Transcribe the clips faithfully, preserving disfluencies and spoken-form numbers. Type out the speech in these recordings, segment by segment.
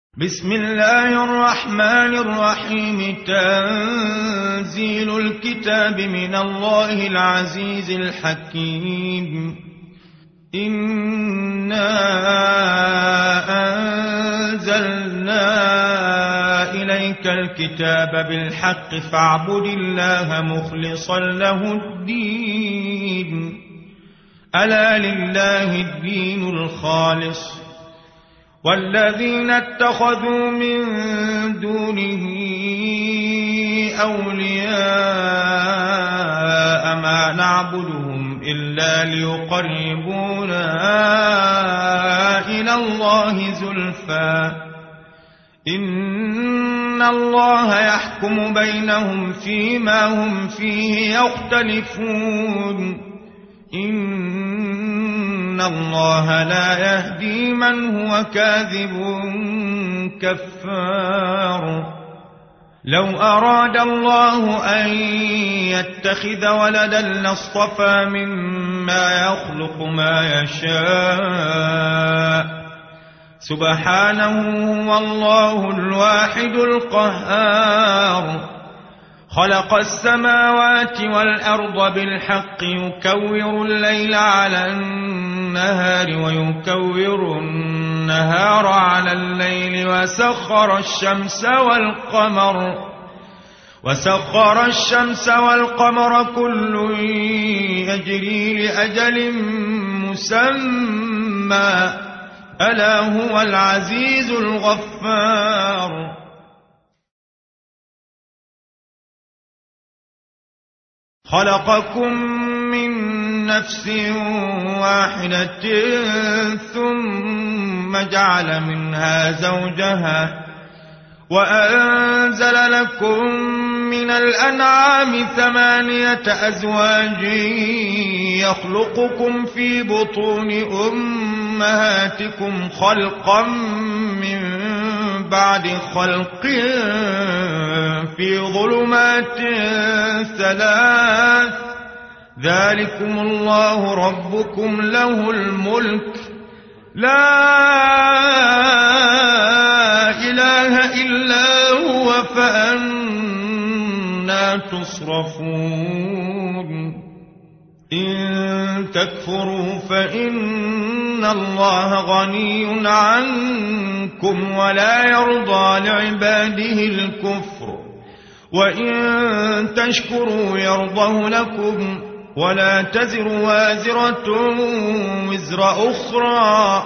بسم الله الرحمن الرحيم. تنزيل الكتاب من الله العزيز الحكيم. إنا أنزلنا إليك الكتاب بالحق فاعبد الله مخلصا له الدين. ألا لله الدين الخالص والذين اتخذوا من دونه أولياء ما نعبدهم إلا ليقربونا إلى الله زلفى إن الله يحكم بينهم فيما هم فيه يختلفون. إن الله لا يهدي من هو كاذب كفار. لو أراد الله أن يتخذ ولدا لاصطفى مما يخلق ما يشاء سبحانه والله الواحد القهار. خلق السماوات والأرض بالحق يكور الليل على النهار ويكور النهار على الليل وسخر الشمس والقمر وسخر الشمس والقمر كل يجري لأجل مسمى ألا هو العزيز الغفار. خلقكم من نفس واحدة ثم جعل منها زوجها وأنزل لكم من الأنعام ثمانية أزواج يخلقكم في بطون أمهاتكم خلقا من بعد خلق في ظلمات ثلاث ذلكم الله ربكم له الملك لا إله إلا هو فأنا تصرفون. إن تكفروا فإن الله غني عنكم ولا يرضى لعباده الكفر وإن تشكروا يرضه لكم ولا تزر وازرة وزر أخرى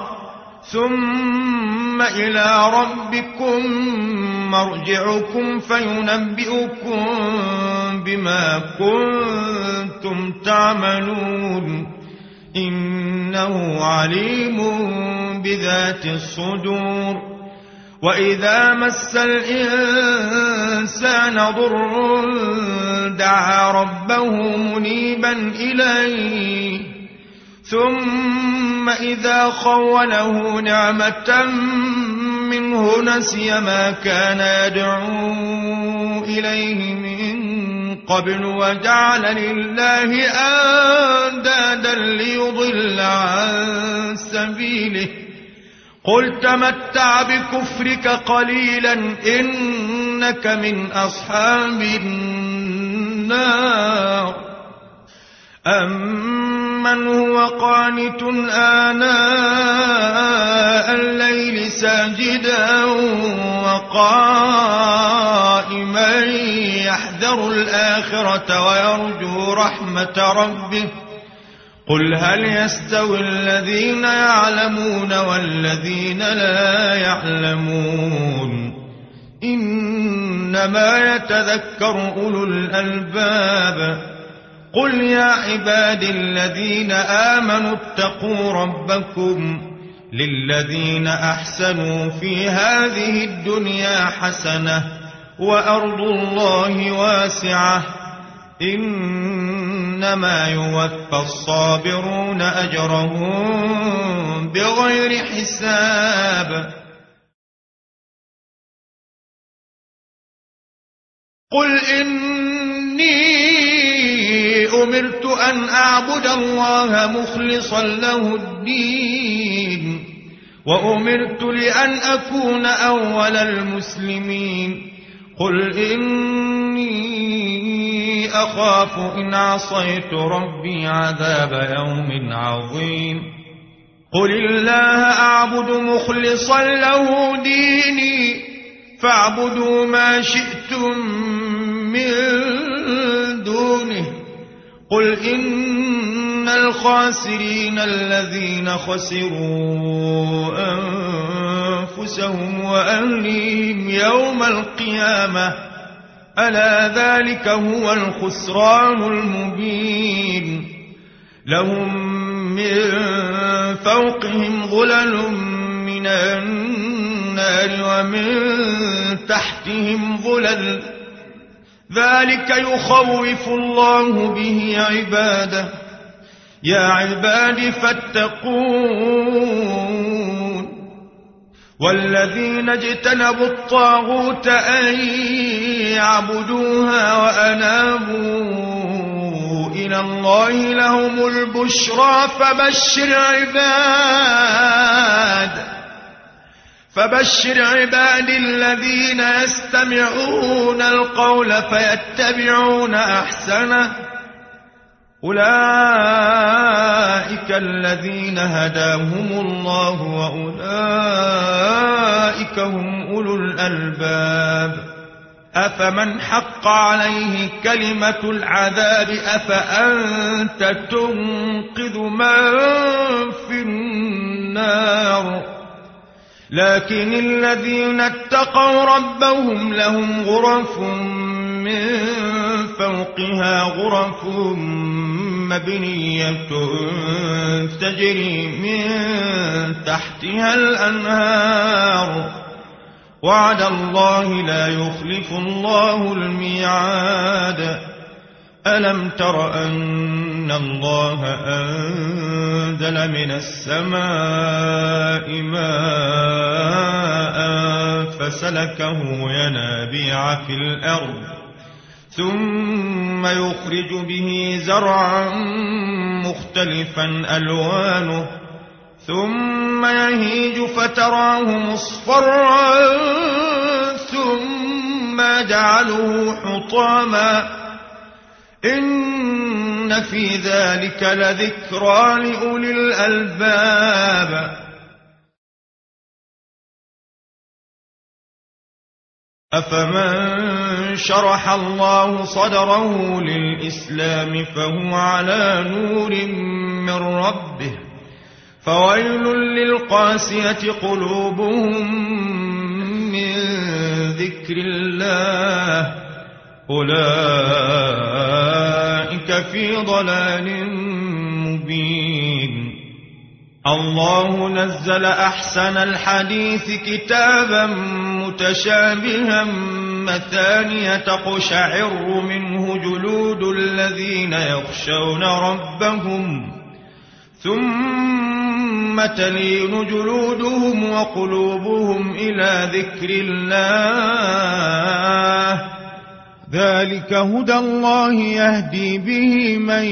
ثم إلى ربكم مرجعكم فينبئكم بما كنتم تعملون. إنه عليم بذات الصدور. وإذا مس الإنسان ضر دعا ربه منيبا إليه ثم إذا خوله نعمة منه نسي ما كان يدعو إليه من قبل وجعل لله أندادا ليضل عن سبيله. قل تمتع بكفرك قليلا إنك من أصحاب النار. أمن هو قانت آناء الليل ساجدا وقائما يحذر الآخرة ويرجو رحمة ربه قل هل يستوي الذين يعلمون والذين لا يعلمون إنما يتذكر أولو الألباب. قل يا عبادي الذين آمنوا اتقوا ربكم للذين أحسنوا في هذه الدنيا حسنة وأرض الله واسعة إنما يوفى الصابرون أجرهم بغير حساب. قل إني أمرت أن أعبد الله مخلصا له الدين وأمرت لأن أكون أول المسلمين قل إني أخاف إن عصيت ربي عذاب يوم عظيم قل الله أعبد مخلصا له ديني فاعبدوا ما شئتم من دونه قل إن الخاسرين الذين خسروا أنفسهم وأهليهم يوم القيامة ألا ذلك هو الخسران المبين لهم من فوقهم ظلل من النار ومن تحتهم ظلل ذلك يخوف الله به عباده يا عباد فاتقون والذين اجتنبوا الطاغوت أن يعبدوها وأنابوا إلى الله لهم البشرى فبشر عباد فبشر عباد الذين يستمعون القول فيتبعون أحسنه أولئك الذين هداهم الله وأولئك هم أولو الألباب أفمن حق عليه كلمة العذاب أفأنت تنقذ من في النار لكن الذين اتقوا ربهم لهم غرف من فوقها غرف مبنية تجري من تحتها الأنهار وعد الله لا يخلف الله الميعاد ألم تر أن الله أنزل من السماء ماء فسلكه ينابيع في الأرض ثم يخرج به زرعا مختلفا ألوانه ثم يهيج فتراه مصفرا ثم يجعله حطاما إن في ذلك لذكرى لأولي الألباب أفمن شرح الله صدره للإسلام فهو على نور من ربه فويل للقاسية قلوبهم من ذكر الله أولئك في ضلال مبين الله نزل أحسن الحديث كتابا متشابها مثانية تقشعر منه جلود الذين يخشون ربهم ثم تلين جلودهم وقلوبهم إلى ذكر الله ذلك هدى الله يهدي به من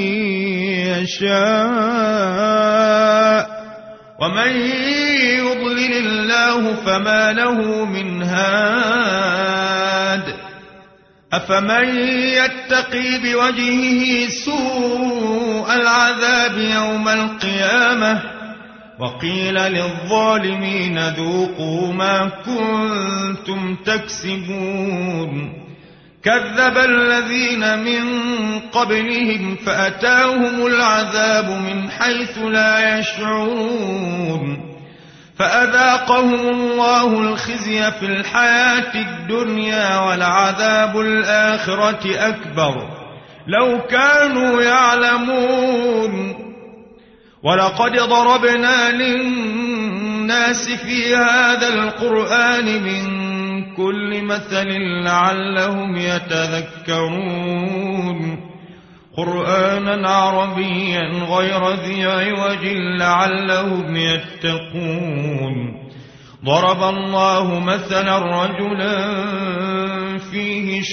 يشاء ومن يضلل الله فما له من هاد أفمن يتقي بوجهه سوء العذاب يوم القيامة وقيل للظالمين ذوقوا ما كنتم تكسبون كذب الذين من قبلهم فأتاهم العذاب من حيث لا يشعرون فأذاقهم الله الخزي في الحياة الدنيا ولعذاب الآخرة أكبر لو كانوا يعلمون ولقد ضربنا للناس في هذا القرآن من كل مثل لعلهم يتذكرون قرآنا عربيا غير ذي عوج لعلهم يتقون ضرب الله مثلا رجلا فيه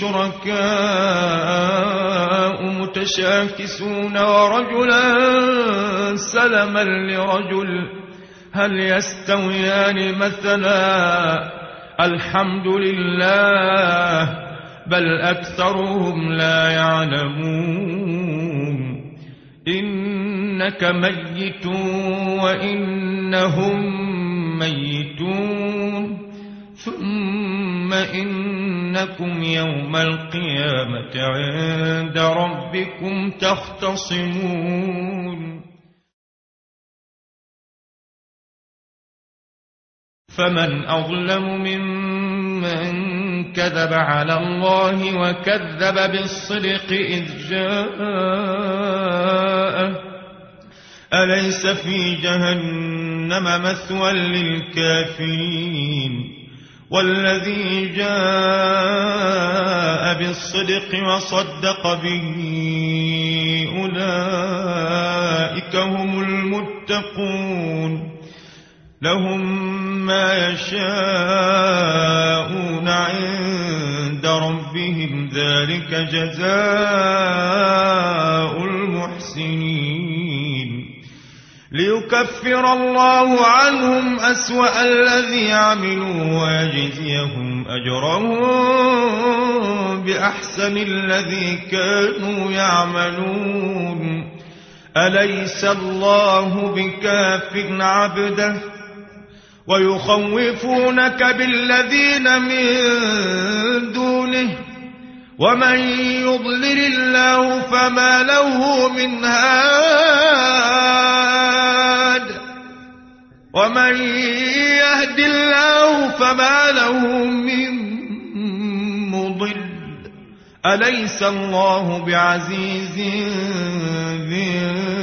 شركاء متشاكسون ورجلا سلما لرجل هل يستويان مثلا الحمد لله بل أكثرهم لا يعلمون إنك ميت وإنهم ميتون ثم إنكم يوم القيامة عند ربكم تختصمون فمن أظلم ممن كذب على الله وكذب بالصدق إذ جاءه أليس في جهنم مثوى للكافرين والذي جاء بالصدق وصدق به أولئك هم المتقون لهم ما يشاءون عند ربهم ذلك جزاء المحسنين ليكفر الله عنهم أسوأ الذي عملوا ويجزيهم أجرهم بأحسن الذي كانوا يعملون أليس الله بكاف عبده ويخوفونك بالذين من دونه ومن يضلل الله فما له من هاد ومن يهد الله فما له من مضل أليس الله بعزيز ذي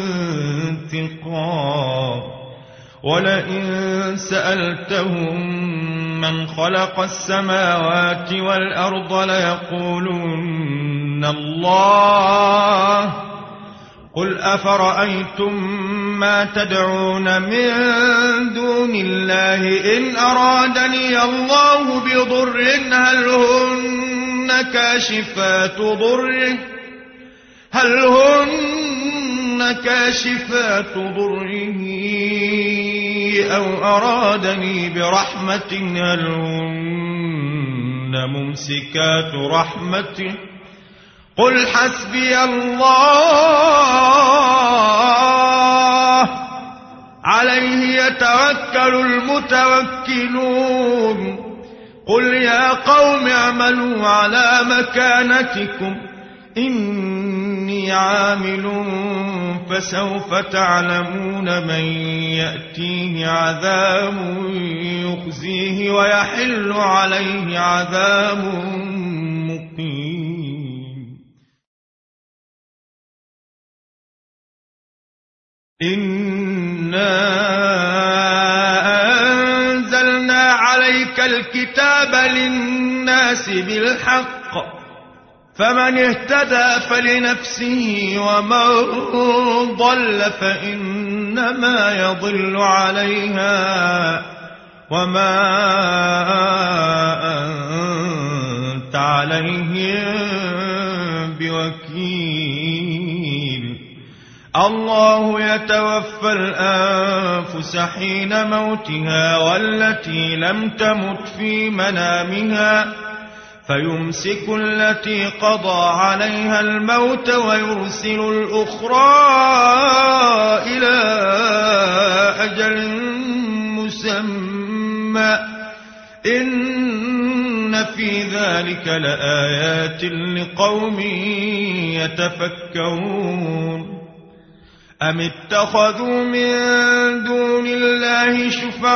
انتقام ولئن سألتهم من خلق السماوات والأرض ليقولن الله قل أفرأيتم ما تدعون من دون الله إن أرادني الله بضر هل هن كاشفات ضره هل هن كاشفات ضره أو أرادني برحمة هل هن ممسكات رحمته قل حسبي الله عليه يتوكل المتوكلون قل يا قوم اعملوا على مكانتكم إني عامل فسوف تعلمون من يأتيه عذاب يخزيه ويحل عليه عذاب مقيم إنا أنزلنا عليك الكتاب للناس بالحق فمن اهتدى فلنفسه ومن ضل فإنما يضل عليها وما أنت عليهم بوكيل الله يتوفى الأنفس حين موتها والتي لم تمت في منامها فيمسك التي قضى عليها الموت ويرسل الأخرى إلى أجل مسمى إن في ذلك لآيات لقوم يتفكرون أم اتخذوا من دون الله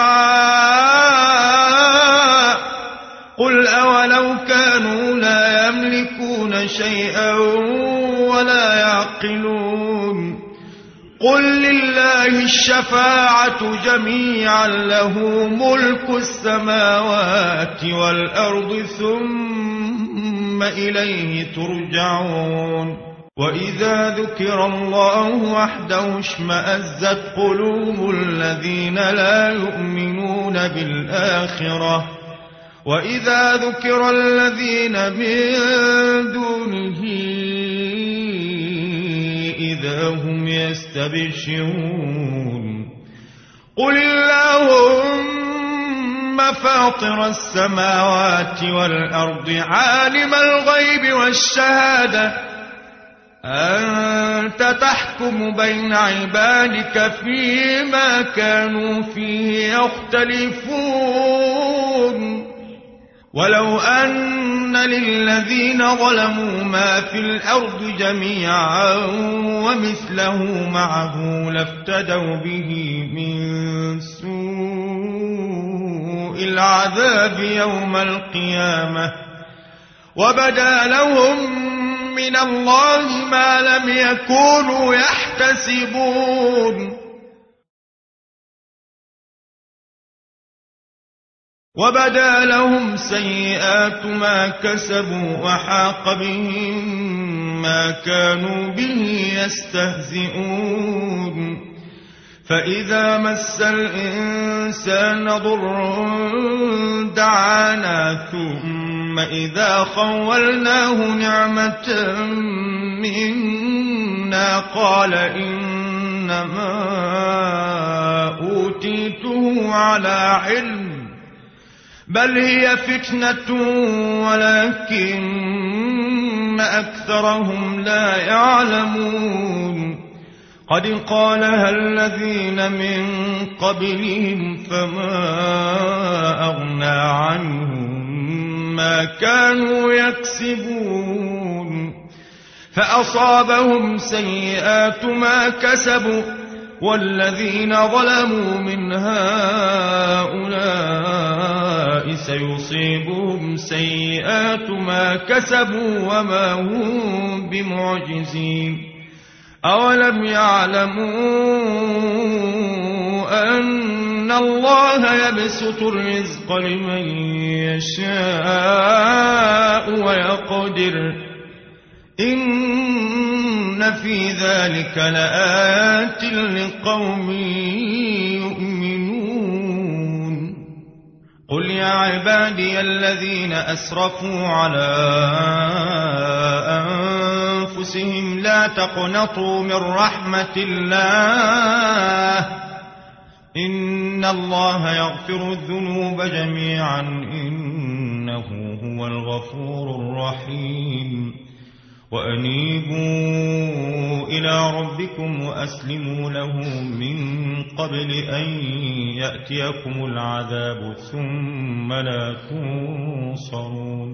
شفعاء قل أولو كانوا لا يملكون شيئا ولا يعقلون قل لله الشفاعة جميعا له ملك السماوات والأرض ثم إليه ترجعون وإذا ذكر الله وحده اشمأزت قلوب الذين لا يؤمنون بالآخرة وإذا ذكر الذين من دونه إذا هم يستبشرون قل اللهم فاطر السماوات والأرض عالم الغيب والشهادة أنت تحكم بين عبادك فيما كانوا فيه يختلفون ولو أن للذين ظلموا ما في الأرض جميعا ومثله معه لافتدوا به من سوء العذاب يوم القيامة وبدا لهم من الله ما لم يكونوا يحتسبون وبدا لهم سيئات ما كسبوا وحاق بهم ما كانوا به يستهزئون فإذا مس الإنسان ضر دعانا ثم إذا خولناه نعمة منا قال إنما أوتيته على علم بل هي فتنة ولكن أكثرهم لا يعلمون قد قالها الذين من قبلهم فما أغنى عنهم ما كانوا يكسبون فأصابهم سيئات ما كسبوا والذين ظلموا من هؤلاء سيصيبهم سيئات ما كسبوا وما هم بمعجزين أولم يعلموا أن الله يبسط الرزق لمن يشاء ويقدر إن في ذلك لآيات لقوم يؤمنون قل يا عبادي الذين أسرفوا على أنفسهم لا تقنطوا من رحمة الله إن الله يغفر الذنوب جميعا إنه هو الغفور الرحيم وأنيبوا إلى ربكم وأسلموا له من قبل أن يأتيكم العذاب ثم لا تنصرون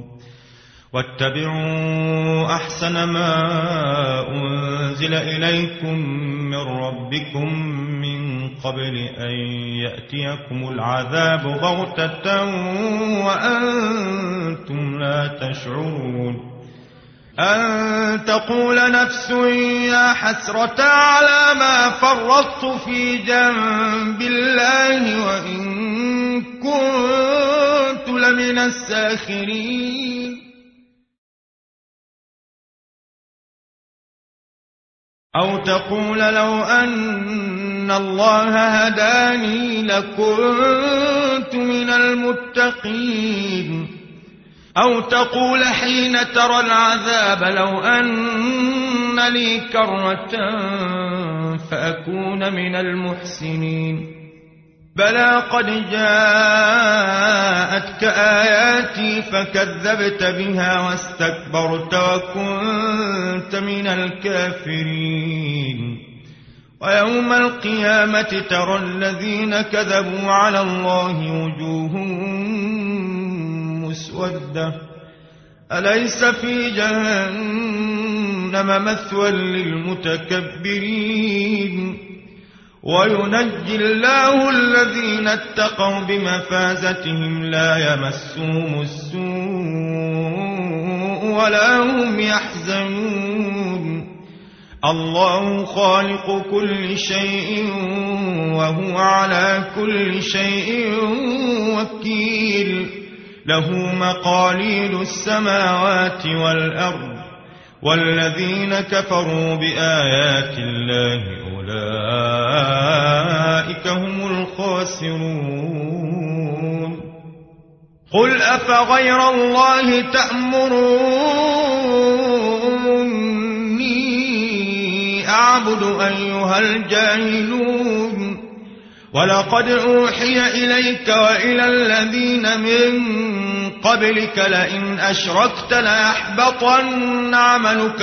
واتبعوا أحسن ما أنزل إليكم من ربكم من قبل أن يأتيكم العذاب بغتة وأنتم لا تشعرون أن تقول نفس يا حسرة على ما فرطت في جنب الله وإن كنت لمن الساخرين أو تقول لو أن الله هداني لكنت من المتقين أو تقول حين ترى العذاب لو أن لي كرة فأكون من المحسنين بلى قد جاءتك آياتي فكذبت بها واستكبرت وكنت من الكافرين ويوم القيامة ترى الذين كذبوا على الله وجوههم مسودة أليس في جهنم مثوى للمتكبرين وينجي الله الذين اتقوا بمفازتهم لا يمسهم السوء ولا هم يحزنون الله خالق كل شيء وهو على كل شيء وكيل له مقاليد السماوات والأرض والذين كفروا بآيات الله أولئك هم الخاسرون قل أفغير الله تأمروني أعبد أيها الجاهلون ولقد أوحي إليك وإلى الذين من قبلك لئن أشركت ليحبطن عملك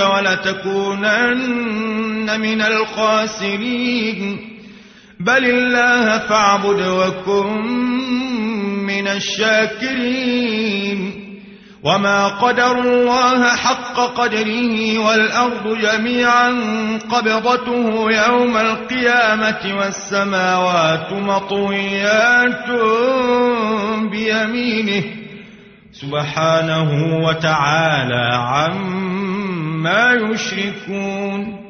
ولتكونن من الخاسرين بل الله فاعبد وكن من الشاكرين وما قدروا الله حق قدره والأرض جميعا قبضته يوم القيامة والسماوات مطويات بيمينه سبحانه وتعالى عما يشركون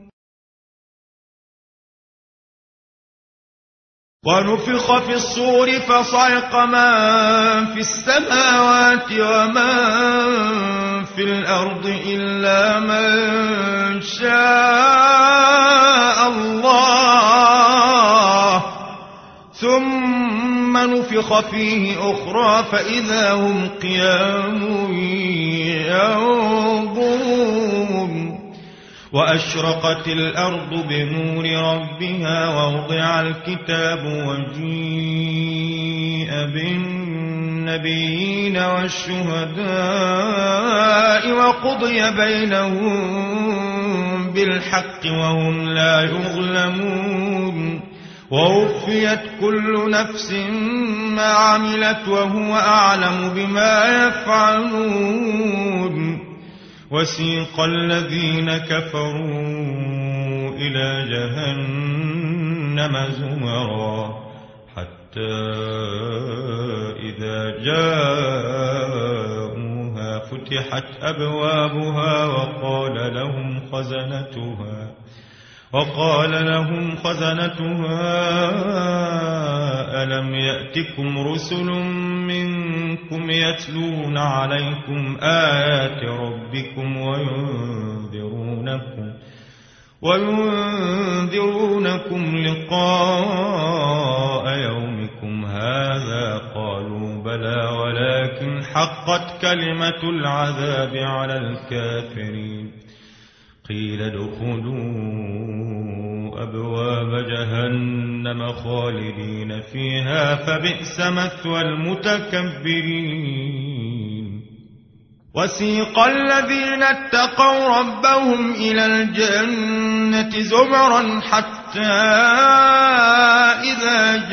ونفخ في الصور فصعق من في السماوات ومن في الأرض إلا من شاء الله ثم نفخ فيه أخرى فإذا هم قيام ينظرون وأشرقت الأرض بنور ربها ووضع الكتاب وجيء بالنبيين والشهداء وقضي بينهم بالحق وهم لا يظلمون ووفيت كل نفس ما عملت وهو أعلم بما يفعلون وسيق الذين كفروا إلى جهنم زمرا حتى إذا جاءوها فتحت أبوابها وقال لهم خزنتها وقال لهم خزنتها ألم يأتكم رسل منكم يتلون عليكم آيات ربكم وينذرونكم وينذرونكم لقاء يومكم هذا قالوا بلى ولكن حقت كلمة العذاب على الكافرين قيل ادخلوا أبواب جهنم خالدين فيها فبئس مثوى المتكبرين وسيق الذين اتقوا ربهم إلى الجنة زمرا حتى إذا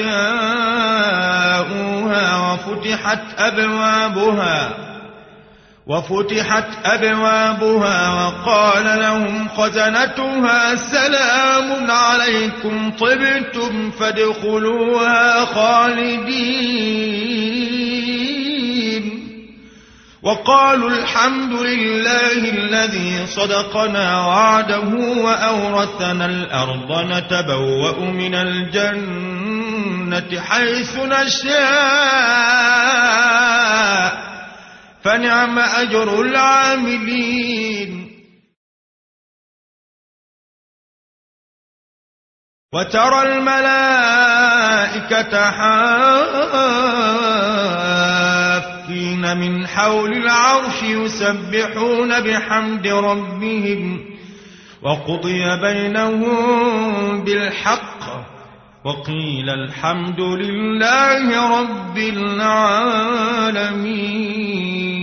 جاءوها وفتحت أبوابها وفتحت أبوابها وقال لهم خزنتها سلام عليكم طبتم فادخلوها خالدين وقالوا الحمد لله الذي صدقنا وعده وأورثنا الأرض نتبوأ من الجنة حيث نشاء فنعم أجر العاملين وترى الملائكة حافين من حول العرش يسبحون بحمد ربهم وقضي بينهم بالحق وقيل الحمد لله رب العالمين